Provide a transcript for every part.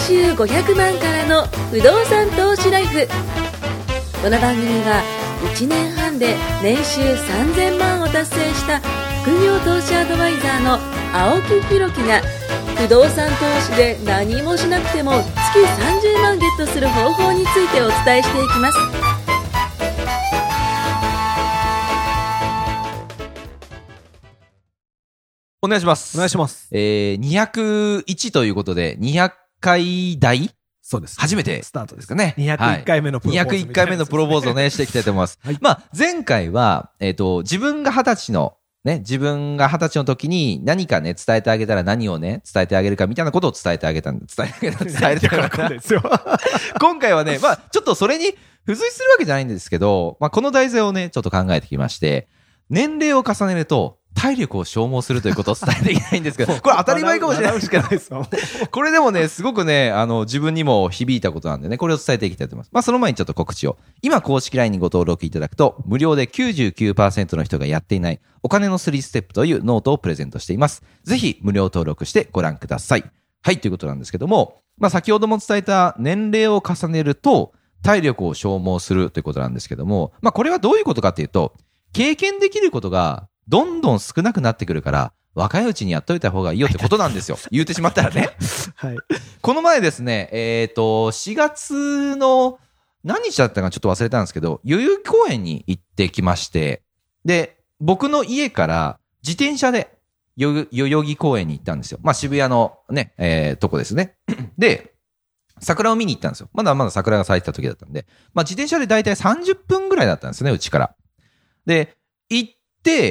収500万からの不動産投資ライフ。この番組は1年半で年収3000万を達成した副業投資アドバイザーの青木弘樹が不動産投資で何もしなくても月30万ゲットする方法についてお伝えしていきます。 お願いします。 お願いします。 201ということで、200回台そうです。 初めてスタートですかね。 201回目のプロポーズ、 201回目のプロポーズをね、していきたいと思います。 はい、 まあ、前回は、自分が20歳の時に何かね、伝えてあげたら何をね、伝えてあげるかみたいなことを伝えてあげたんで、伝えてあげたんですよ。今回はね、まあ、ちょっとそれに付随するわけじゃないんですけど、まあ、この題材をね、ちょっと考えてきまして、年齢を重ねると、体力を消耗するということを伝えていけないんですけど、これ当たり前かもしれないですけど、これでもね、すごくね、自分にも響いたことなんでね、これを伝えていきたいと思います。まあ、その前にちょっと告知を。今、公式 LINE にご登録いただくと、無料で 99% の人がやっていないお金の3ステップというノートをプレゼントしています。ぜひ、無料登録してご覧ください。はい、ということなんですけども、まあ、先ほども伝えた年齢を重ねると、体力を消耗するということなんですけども、まあ、これはどういうことかっていうと、経験できることが、どんどん少なくなってくるから、若いうちにやっといた方がいいよってことなんですよ。言ってしまったらね。 はい。 この前ですね、4月の何日だったかちょっと忘れたんですけど、代々木公園に行ってきまして、で、僕の家から自転車で代々木公園に行ったんですよ。まあ渋谷のね、とこですね。で、桜を見に行ったんですよ。まだまだ桜が咲いてた時だったんで、まあ自転車でだいたい30分ぐらいだったんですね、うちから。で、行って、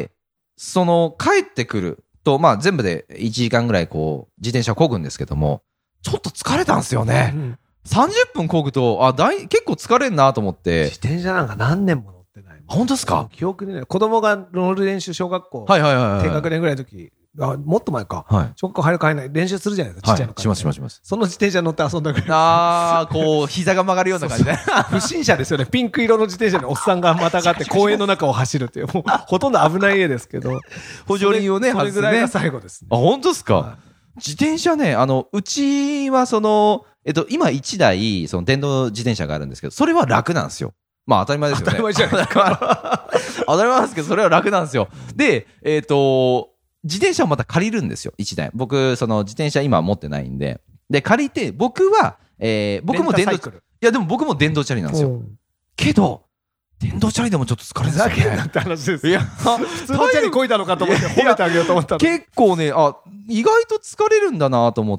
帰ってくると、まあ全部で1時間ぐらいこう、自転車を漕ぐんですけども、ちょっと疲れたんですよね。30分漕ぐと、結構疲れんなと思って。 自転車なんか何年も乗ってない。 本当ですか？ 記憶にない。子供が乗る練習、小学校、低学年ぐらいの時、もっと前か。はい、小学校入るか入らない練習するじゃないですか、ちっちゃいのから、 します。 その自転車乗って遊んだぐらい。 こう、膝が曲がるような感じで。 不審者ですよね。ピンク色の自転車におっさんがまたがって公園の中を走るっていう、もうほとんど危ない家ですけど。 補助輪をね、 それぐらいが最後ですね。 本当ですか？はい、自転車ね、うちは今1台、電動自転車があるんですけど、それは楽なんですよ。まあ当たり前ですよね。 当たり前じゃないですか。 当たり前ですけど、それは楽なんですよ。で、自転車をまた借りるんですよ、1台。僕、自転車今持ってないんで。で、借りて、僕も電動、いや、でも僕も電動チャリなんですよ。けど、電動チャリでもちょっと疲れるんですよね。 だけって話です。いや、普通のチャリ漕いだのかと思って褒めてあげようと思ったの。 結構ね、意外と疲れるんだなと思って、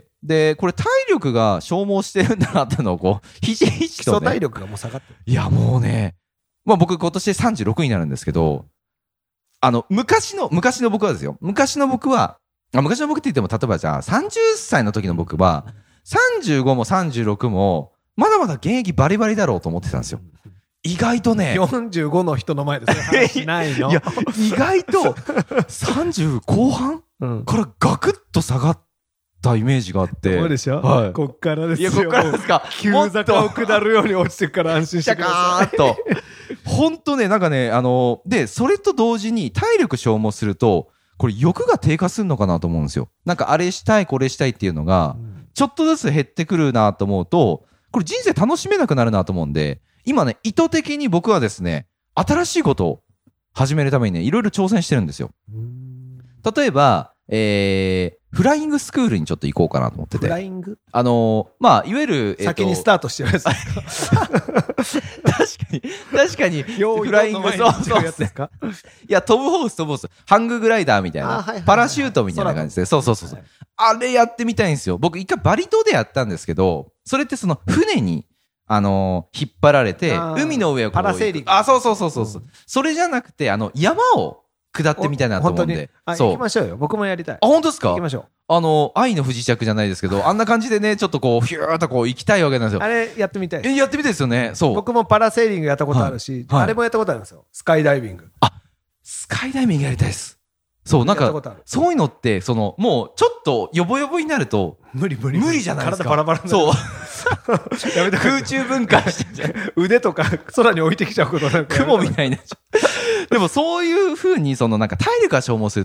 で、これ体力が消耗してるんだなってのをこう、ひしひしとね。 基礎体力がもう下がってる。 いや、もうね、まあ僕今年で36になるんですけど、昔の僕はですよ。昔の僕って言っても、例えばじゃあ30歳の時の僕は、35も36も、まだまだ現役バリバリだろうと思ってたんですよ。意外とね。 45の人の前でそれ話しないの。 いや、意外と、30後半からガクッと下がったイメージがあって。 そうでしょ？ はい。 こっからですよ。 いや、こっからですか。 急坂を下るように落ちてから安心してください。 シャカーッと。ほんとね、なんかね、で、それと同時に体力消耗すると、これ欲が低下するのかなと思うんですよ。なんかあれしたい、これしたいっていうのが、ちょっとずつ減ってくるなと思うと、これ人生楽しめなくなるなと思うんで、今ね、意図的に僕はですね、新しいことを始めるためにね、いろいろ挑戦してるんですよ。例えば、フライングスクールにちょっと行こうかなと思ってて。 フライング？ まあ、いわゆる、 先にスタートしてるやつですか？ 確かに、フライング、そうですか？いや、飛ぶホース、ハンググライダーみたいな、パラシュートみたいな感じで、そう。あれやってみたいんですよ。僕一回バリ島でやったんですけど、それって船に、引っ張られて、海の上をこう。 パラセーリング。 そう。それじゃなくて、山を下ってみたいなと思うんで。 行きましょうよ。僕もやりたい。 本当ですか？ 行きましょう。 愛の不時着じゃないですけど、あんな感じでね、ちょっとこう、ヒューっとこう行きたいわけなんですよ。 あれやってみたい。 やってみたいですよね。そう。 僕もパラセーリングやったことあるし、あれもやったことあるんですよ。スカイダイビング。 スカイダイビングやりたいです。そう、なんか、そういうのって、もう、ちょっと、ヨボヨボになると、 無理じゃないですか。 体バラバラになる。 そう。やめて空中分解して腕とか空に置いてきちゃうことなんか雲みたいになっちゃう。でもそういう風になんか体力が消耗すると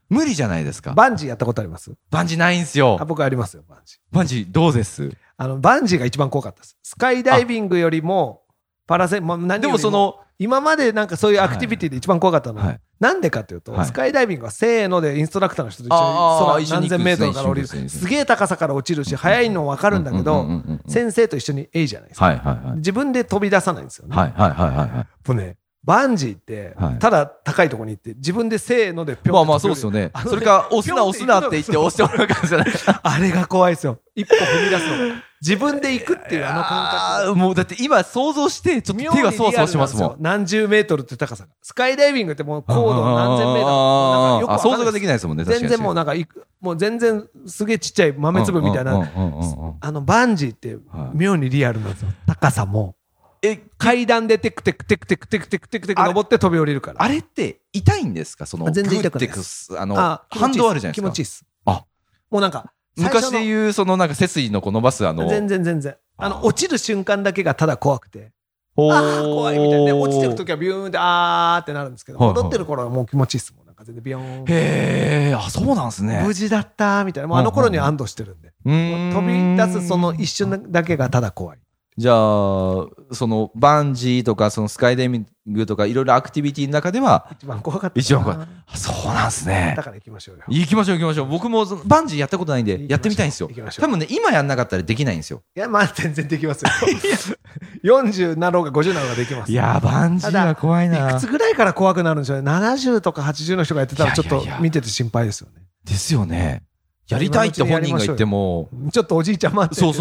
無理じゃないですか。 バンジーやったことあります？ バンジーないんすよ。 僕ありますよ、バンジー。 バンジーどうです？ バンジーが一番怖かったです。スカイダイビングよりも、何よりも、 でもその、 今までなんかそういうアクティビティで一番怖かったのは、なんでかっていうと、スカイダイビングはせーのでインストラクターの人と一緒に何千メートルから降りる。すげえ高さから落ちるし、速いの分かるんだけど、先生と一緒にじゃないですか。自分で飛び出さないんですよね。もうね、バンジーって、ただ高いところに行って、自分でせーのでぴょんって。 まあそうですよね。それか、押すなって言って押してもらう感じじゃない。 あれが怖いですよ。一歩踏み出すの。自分で行くっていう感覚。 もうだって今想像して、ちょっと手がそわそわしますもん。 何十メートルって高さが。スカイダイビングってもう高度何千メートル。 想像ができないですもんね、確かに。 全然もうなんか、もう全然すげえちっちゃい豆粒みたいな。バンジーって妙にリアルなんですよ。高さも。階段でテクテクテクテクテクテクテクテク登って飛び降りるから。 あれって痛いんですか？その全然痛くないです。 反動あるじゃないですか。 気持ちいいっす。 もうなんか昔で言うそのなんか背筋の伸ばす全然落ちる瞬間だけがただ怖くて、怖いみたいなね。落ちてる時はビューンってってなるんですけど、戻ってる頃はもう気持ちいいっすもん。なんか全然ビヨーン。 へー、そうなんですね。 無事だったみたいな。もう頃には安堵してるんで、飛び出すその一瞬だけがただ怖い。 じゃあ、そのバンジーとかそのスカイダイビングとかいろいろアクティビティの中では一番怖かった。 一番怖い。そうなんですね。 だから行きましょうよ。 行きましょう。僕もバンジーやったことないんでやってみたいんですよ。多分ね、今やんなかったらできないんですよ。 いや、まあ全然できますよ。40なろうが50なろうができます。 いや、バンジーは怖いな。 いくつぐらいから怖くなるんでしょうね。70とか80の人がやってたらちょっと見てて心配ですよね。 ですよね。やりたいって本人が言っても、 ちょっとおじいちゃん待って。 そう。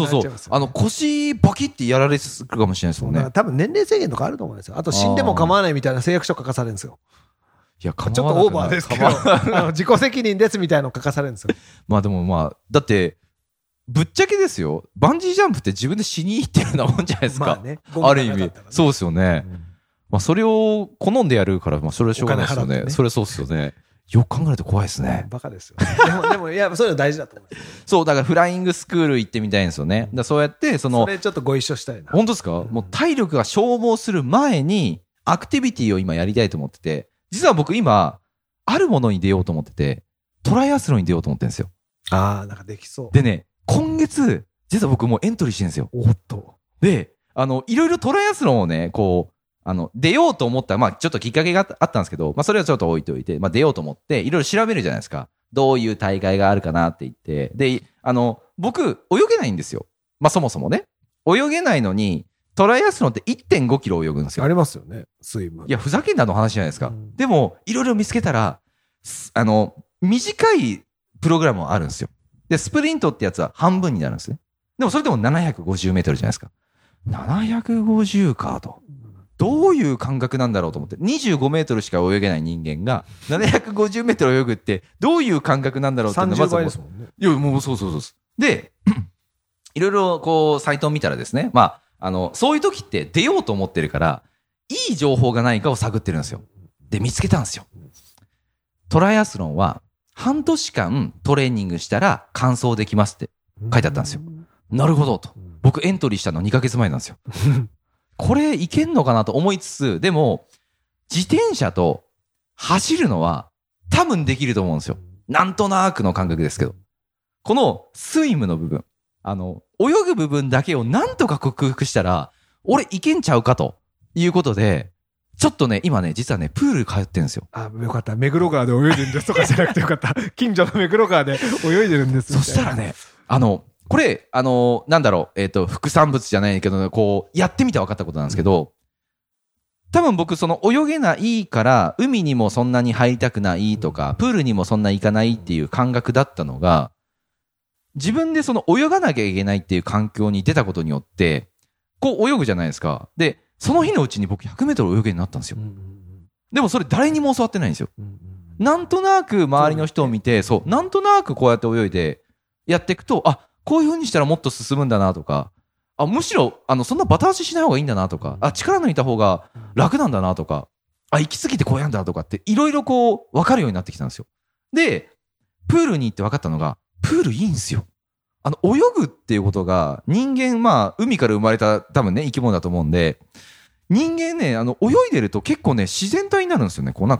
腰バキってやられるかもしれないですもんね。 多分年齢制限とかあると思うんですよ。あと死んでも構わないみたいな誓約書書かされるんですよ。 いや、 ちょっとオーバーですけど、自己責任ですみたいなの書かされるんですよ。 まあでもだって、ぶっちゃけですよ。バンジージャンプって自分で死に入ってるようなもんじゃないですか。ある意味。そうですよね。まあそれを好んでやるから、まあそれはしょうがないですよね。それそうですよね。よく考えると怖いですね。 バカですよ。でも、いや、そういうの大事だと思う。 そう、だからフライングスクール行ってみたいんですよね。だそうやって、それちょっとご一緒したいな。 本当ですか？もう体力が消耗する前に、アクティビティを今やりたいと思ってて、実は僕今、あるものに出ようと思ってて、トライアスロンに出ようと思ってるんですよ。 なんかできそう。 でね、今月、実は僕もうエントリーしてるんですよ。 おっと。 で、いろいろトライアスロンをね、出ようと思ったら、まあちょっときっかけがあったんですけど、まあそれはちょっと置いておいて、まあ出ようと思って、いろいろ調べるじゃないですか。どういう大会があるかなって言って。で、僕、泳げないんですよ。まあそもそもね。泳げないのに、トライアスロンって 1.5 キロ泳ぐんですよ。 ありますよね、スイム。 いや、ふざけんなの話じゃないですか。でも、いろいろ見つけたら、短いプログラムもあるんですよ。で、スプリントってやつは半分になるんですね。でもそれでも750メートルじゃないですか。750かと。どういう感覚なんだろうと思って。25メートルしか泳げない人間が、750メートル泳ぐって、どういう感覚なんだろうっていうのはまず。30倍ですもんね。 いや、もうそう。で、いろいろサイトを見たらですね、まあ、そういう時って出ようと思ってるから、いい情報がないかを探ってるんですよ。で、見つけたんですよ。トライアスロンは、半年間トレーニングしたら完走できますって書いてあったんですよ。なるほどと。僕エントリーしたの2ヶ月前なんですよ。これいけんのかなと思いつつ、でも、自転車と走るのは多分できると思うんですよ。なんとなくの感覚ですけど。このスイムの部分、泳ぐ部分だけをなんとか克服したら、俺いけんちゃうかということで、ちょっとね、今ね、実はね、プール通ってるんですよ。 よかった。目黒川で泳いでるんですとかじゃなくてよかった。近所の目黒川で泳いでるんです。 そしたらね、これ、なんだろう、副産物じゃないけど、やってみて分かったことなんですけど、多分僕、泳げないから、海にもそんなに入りたくないとか、プールにもそんな行かないっていう感覚だったのが、自分で泳がなきゃいけないっていう環境に出たことによって、泳ぐじゃないですか。で、その日のうちに僕100メートル泳げるようになったんですよ。でもそれ誰にも教わってないんですよ。なんとなく周りの人を見て、なんとなくこうやって泳いでやっていくと、こういう風にしたらもっと進むんだなとか、むしろ、そんなバタ足しない方がいいんだなとか、力抜いた方が楽なんだなとか、息継ぎてこうやんだとかって、いろいろ分かるようになってきたんですよ。で、プールに行って分かったのが、プールいいんですよ。泳ぐっていうことが、人間、まあ、海から生まれた多分ね、生き物だと思うんで、人間ね、泳いでると結構ね、自然体になるんですよね。なんか、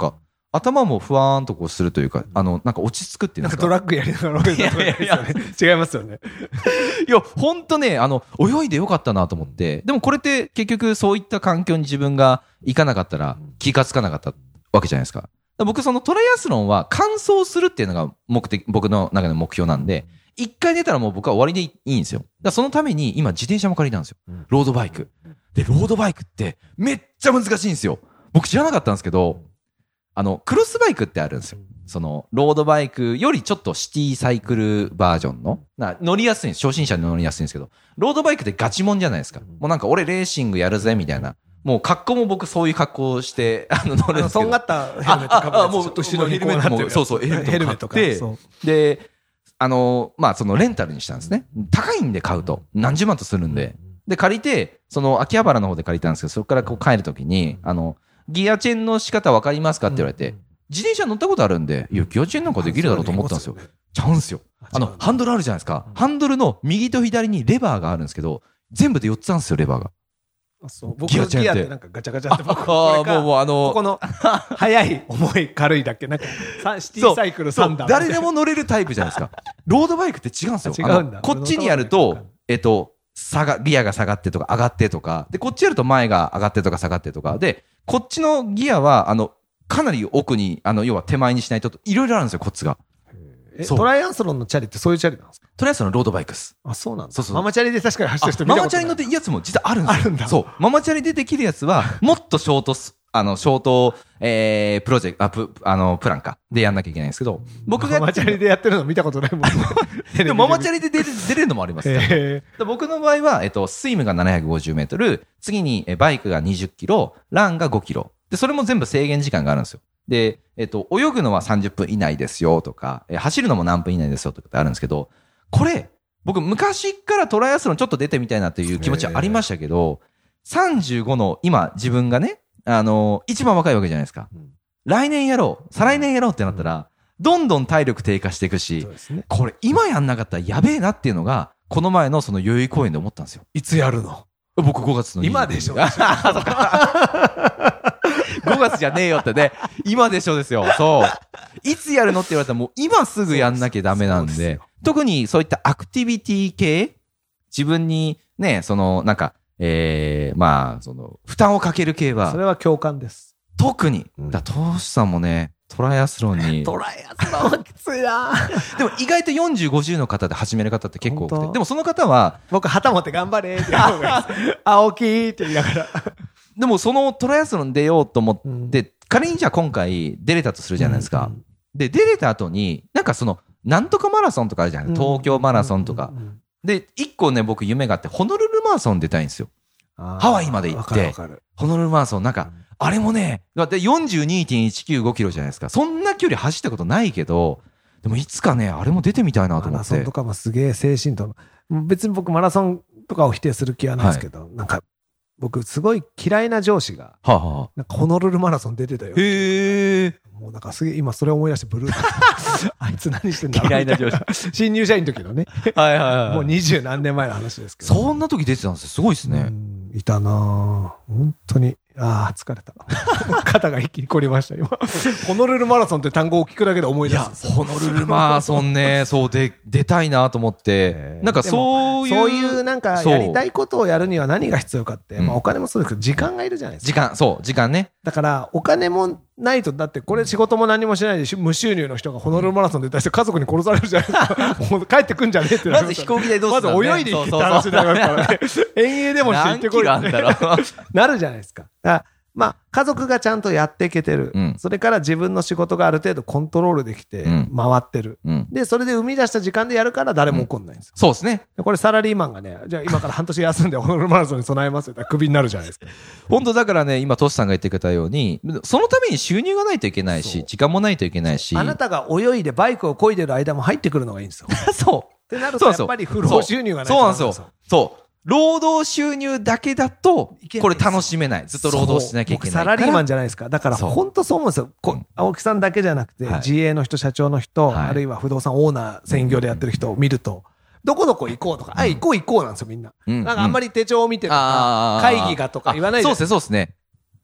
頭もふわーんとこうするというか、なんか落ち着くっていうんですか。 なんかトラックやりながら泳いだとかですよね。違いますよね。 いや、ほんとね、泳いでよかったなと思って、でもこれって結局そういった環境に自分が行かなかったら気がつかなかったわけじゃないですか。僕そのトライアスロンは完走するっていうのが僕の中での目標なんで、一回出たらもう僕は終わりでいいんですよ。だからそのために今自転車も借りたんですよ。ロードバイク。で、ロードバイクってめっちゃ難しいんですよ。僕知らなかったんですけど、クロスバイクってあるんですよ。その、ロードバイクよりちょっとシティサイクルバージョンの、乗りやすいんです。初心者に乗りやすいんですけど、ロードバイクってガチモンじゃないですか。もうなんか俺レーシングやるぜみたいな。もう格好も僕そういう格好をして、乗るんですけど。 とんがったヘルメットかぶって、 もう後ろにヘルメットも、そうそう、ヘルメット買って、で、まあそのレンタルにしたんですね。高いんで買うと。何十万とするんで。で、借りて、その秋葉原の方で借りたんですけど、そこからこう帰るときに、ギアチェンの仕方わかりますかって言われて、自転車乗ったことあるんで、いや、ギアチェンなんかできるだろうと思ったんですよ。ちゃうんすよ。ハンドルあるじゃないですか。ハンドルの右と左にレバーがあるんですけど、全部で4つあるんですよ、レバーが。 僕のギアってなんかガチャガチャって僕ここの速い重い軽いだっけなんかシティサイクル3段誰でも乗れるタイプじゃないですか。ロードバイクって違うんですよ。違うんだ。こっちにやるとギアが下がってとか上がってとかで、こっちやると前が上がってとか下がってとかで、こっちのギアはかなり奥に要は手前にしないといろいろあるんですよ、コツが。 トライアスロンのチャリってそういうチャリなんですか？ トライアスロンのロードバイクです。 あ、そうなんだ。 そうそう。 ママチャリで確かに走ってる人見たことない。 ママチャリのやつも実はあるんですよ。 あるんだ。 そう。ママチャリでできるやつは、もっとショート、プロジェクト、プランか。でやんなきゃいけないんですけど、僕が。 ママチャリでやってるの見たことないもんね。 でもママチャリで出れるのもあります。僕の場合は、スイムが750メートル、次にバイクが20キロ、ランが5キロ。で、それも全部制限時間があるんですよ。で、泳ぐのは30分以内ですよとか、走るのも何分以内ですよとかってあるんですけど、これ、僕昔からトライアスロンちょっと出てみたいなという気持ちはありましたけど、35の今自分がね、一番若いわけじゃないですか。来年やろう、再来年やろうってなったら、どんどん体力低下していくし、これ今やんなかったらやべえなっていうのが、この前のその代々木公園で思ったんですよ。 いつやるの？ 僕5月の今でしょ。 5月じゃねえよってね。今でしょですよ。そう。いつやるのって言われたらもう今すぐやんなきゃダメなんで。特にそういったアクティビティ系、自分にね、なんか、まあ、負担をかける系は。 それは共感です。 特に。トシさんもね、トライアスロンに。 トライアスロンはきついなでも意外と40、50の方で始める方って結構多くて。でもその方は。 僕、旗持って頑張れって言う方がいいです。青木って言いながら。 でもそのトライアスロン出ようと思って、仮にじゃあ今回出れたとするじゃないですか。で、出れた後に、なんかなんとかマラソンとかあるじゃない、東京マラソンとか。で、一個ね、僕夢があって、ホノルルマラソン出たいんですよ。ハワイまで行って、ホノルルマラソン、なんか、あれもね、だって 42.195 キロじゃないですか。そんな距離走ったことないけど、でもいつかね、あれも出てみたいなと思って。マラソンとかもすげえ精神と、別に僕マラソンとかを否定する気はないですけど、なんか、僕すごい嫌いな上司が、なんかホノルルマラソン出てたよ。 へー。 もうなんかすげえ今それ思い出してブルーあいつ何してんだろう。 嫌いな上司。 新入社員の時のね。 はいはいはい。 もう20何年前の話ですけど。 そんな時出てたんですよ。すごいですね。 いたなぁ。本当に。ああ、疲れた。肩が一気に凝りました、今。ホノルルマラソンって単語を聞くだけで思い出すんですよ。 ホノルルマラソンね、そう出たいなと思って。なんかそういうなんかやりたいことをやるには何が必要かって、まあお金もそうですけど、時間がいるじゃないですか。 時間ね。 だから、お金もないと、だってこれ仕事も何もしないで無収入の人がホノルルマラソンで出して家族に殺されるじゃないですか。もう帰ってくんじゃねえってまず飛行機でどうするまず泳いで行ってって話になりますからね。遠泳でもして行ってこいってなるじゃないですか。まあ、家族がちゃんとやっていけてる、それから自分の仕事がある程度コントロールできて回ってる、でそれで生み出した時間でやるから誰も怒んないんですよ、 そうですね。 これサラリーマンがね、じゃあ今から半年休んでホノルルマラソンに備えますよってクビになるじゃないですか。 本当だからね、今トシさんが言ってくれたように、そのために収入がないといけないし、時間もないといけないし、 あなたが泳いでバイクを漕いでる間も入ってくるのがいいんですよ。 そうってなるとやっぱり不労収入がないと。 そうなんですよ。そう労働収入だけだとこれ楽しめない。ずっと労働しなきゃいけないから。 僕サラリーマンじゃないですか。だから本当そう思うんですよ。青木さんだけじゃなくて、自営の人、社長の人、あるいは不動産オーナー専業でやってる人を見ると、どこどこ行こうとか、行こうなんですよみんな。なんかあんまり手帳を見てとか、会議がとか言わないで。 そうですね。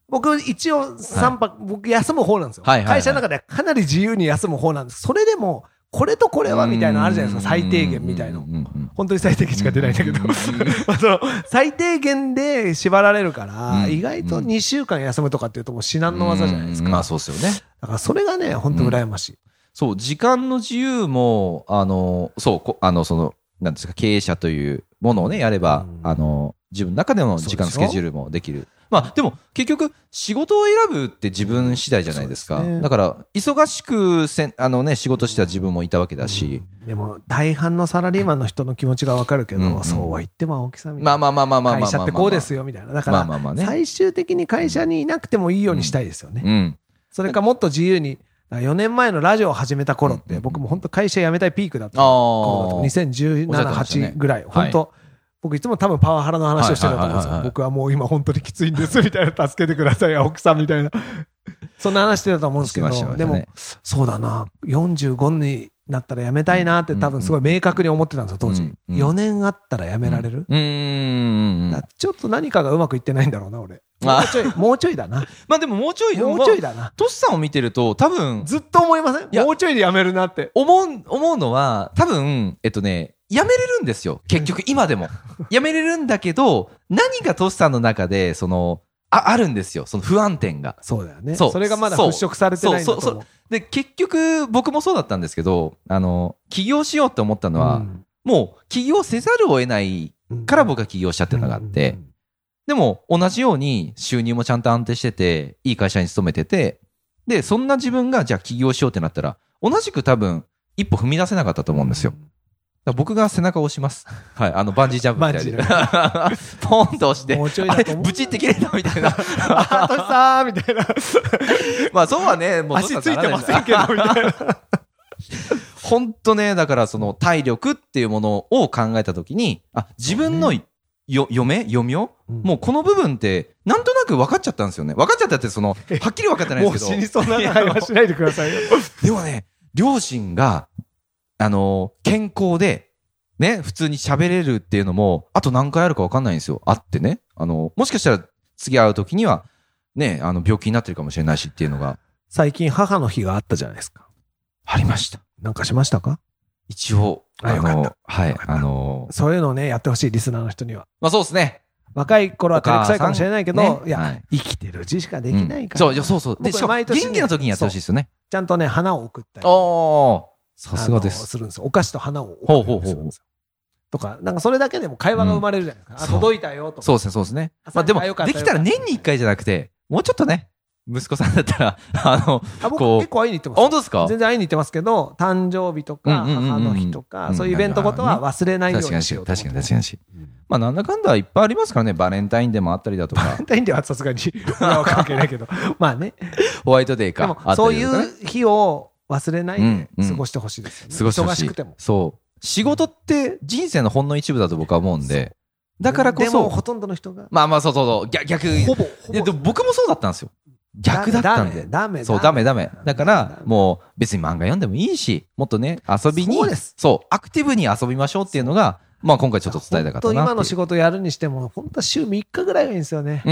僕一応3泊、僕休む方なんですよ。会社の中でかなり自由に休む方なんです。それでも、これとこれはみたいなのあるじゃないですか。最低限みたいな。本当に最低限しか出ないんだけど。最低限で縛られるから、意外と2週間休むとかっていうともう至難の技じゃないですか。 まあそうですよね。 だからそれがね、本当羨ましい。 そう、時間の自由も、なんですか、経営者というものをね、やれば、自分の中での時間スケジュールもできる。まあでも結局仕事を選ぶって自分次第じゃないですか。だから忙しく仕事しては自分もいたわけだし。 でも大半のサラリーマンの人の気持ちがわかるけど、そうは言っても青木さんみたいな。会社ってこうですよみたいな。だから最終的に会社にいなくてもいいようにしたいですよね。それかもっと自由に。4年前のラジオを始めた頃って僕も本当会社辞めたいピークだった頃だと2017、8ぐらい本当僕いつも多分パワハラの話をしてると思うんですよ。僕はもう今本当にきついんですみたいな、助けてください青木さんみたいなそんな話してたと思うんですけど、でもそうだな、45になったら辞めたいなって多分すごい明確に思ってたんですよ当時。4年あったら辞められる。ちょっと何かがうまくいってないんだろうな俺。もうちょいだな。 まあでももうちょいだな。 トシさんを見てると多分ずっと思いません？もうちょいで辞めるなって思うのは多分辞めれるんですよ結局今でも辞めれるんだけど、何かトシさんの中であるんですよ、その不安点が。 そうだよね。それがまだ払拭されてないんだと思う。 で結局僕もそうだったんですけど、起業しようって思ったのは、もう起業せざるを得ないから僕が起業しちゃってるのがあって、でも同じように収入もちゃんと安定してていい会社に勤めてて、でそんな自分がじゃあ起業しようってなったら同じく多分一歩踏み出せなかったと思うんですよ。僕が背中を押します。はい、バンジージャンプみたいに。ポンと押して、あれ、ブチって切れたみたいな。 トシさーみたいな。 まあ、そうはね、もう足ついてませんけど、みたいな。 本当ね、だからその体力っていうものを考えたときに、自分の読みを、もうこの部分って、なんとなく分かっちゃったんですよね。分かっちゃったって、はっきり分かってないですけど。 もう死にそうな会話しないでくださいよ。 でもね、両親が、健康で、ね、普通に喋れるっていうのも、あと何回あるか分かんないんですよ。あってね。もしかしたら次会う時には、ね、病気になってるかもしれないしっていうのが。 最近母の日があったじゃないですか。 ありました。 なんかしましたか？ 一応。 よかった。 はい。 そういうのをね、やってほしい、リスナーの人には。 まあそうですね。 若い頃は照れくさいかもしれないけど、いや、生きてるうちしかできないから。 そう。で、元気な時にやってほしいですよね。 ちゃんとね、花を送ったり。 さすがです。 するんですよ。お菓子と花を送ったりするんですよ。とか、なんかそれだけでも会話が生まれるじゃないですか。届いたよとか。 そうですね。まあでも、できたら年に1回じゃなくて、もうちょっとね、息子さんだったら、 僕結構会いに行ってます。 本当ですか？ 全然会いに行ってますけど、誕生日とか、母の日とか、そういうイベントごとは忘れないようにしようと思って。 確かに。まあなんだかんだいっぱいありますからね、バレンタインデーもあったりだとか。 バレンタインデーはさすがに、関係ないけど。まあね。 ホワイトデーか。 でも、そういう日を忘れないで過ごしてほしいですよね。忙しくても。 そう。仕事って人生のほんの一部だと僕は思うんで。だからこそ。 でもほとんどの人が。 まあ、そう。逆。ほぼ。いや、でも僕もそうだったんですよ。逆だったんで。 ダメ。 そう、ダメ。だから、もう別に漫画読んでもいいし、もっとね、遊びに、アクティブに遊びましょうっていうのが、まあ今回ちょっと伝えたかったなっていう。 今の仕事やるにしても、本当は週3日ぐらいがいいんですよね。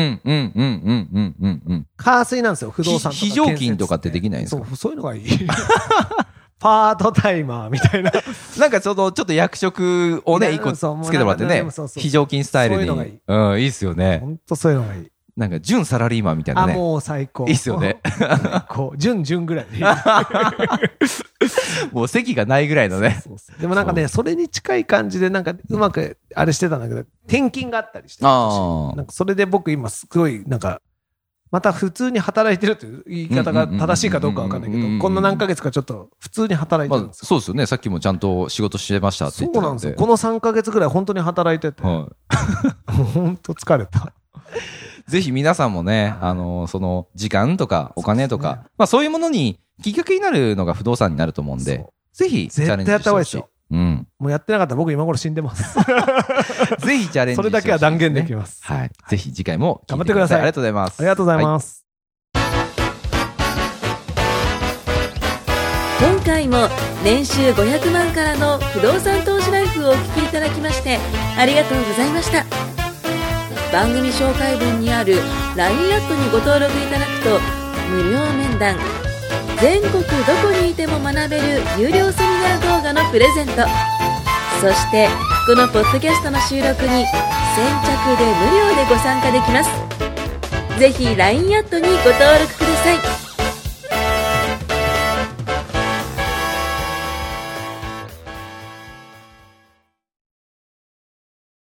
火水なんですよ、不動産とか。 非常勤とかってできないんですか？ そういうのがいい。パートタイマーみたいな。 なんかちょっと役職をね、一個つけてもらってね、非常勤スタイルに。そういうのがいい。うん、いいっすよね。 本当そういうのがいい。 なんか、準サラリーマンみたいなね。 もう最高。 いいっすよね。 準ぐらいでいい。 もう席がないぐらいのね。 でもなんかね、それに近い感じで、なんかうまくあれしてたんだけど、転勤があったりして。なんかそれで僕今すごい、なんか、また普通に働いてるという言い方が正しいかどうかわかんないけど、こんな何ヶ月かちょっと普通に働いてるんですよ。 そうですよね。さっきもちゃんと仕事してましたって言ってたんで。 そうなんですよ。この3ヶ月ぐらい本当に働いてて。もう本当疲れた。 ぜひ皆さんもね、その時間とかお金とか、まあそういうものにきっかけになるのが不動産になると思うんで、ぜひチャレンジしてほしい。絶対やった方がいいですよ。もうやってなかったら僕今頃死んでます。ぜひチャレンジしてほしい。 それだけは断言できます。 はい。ぜひ次回も頑張ってください。 ありがとうございます。 ありがとうございます。 今回も年収500万からの不動産投資ライフをお聞きいただきましてありがとうございました。 番組紹介文にある LINE アットにご登録いただくと無料面談、全国どこにいても学べる有料セミナー動画のプレゼント、そしてこのポッドキャストの収録に先着で無料でご参加できます。ぜひ LINE アットにご登録ください。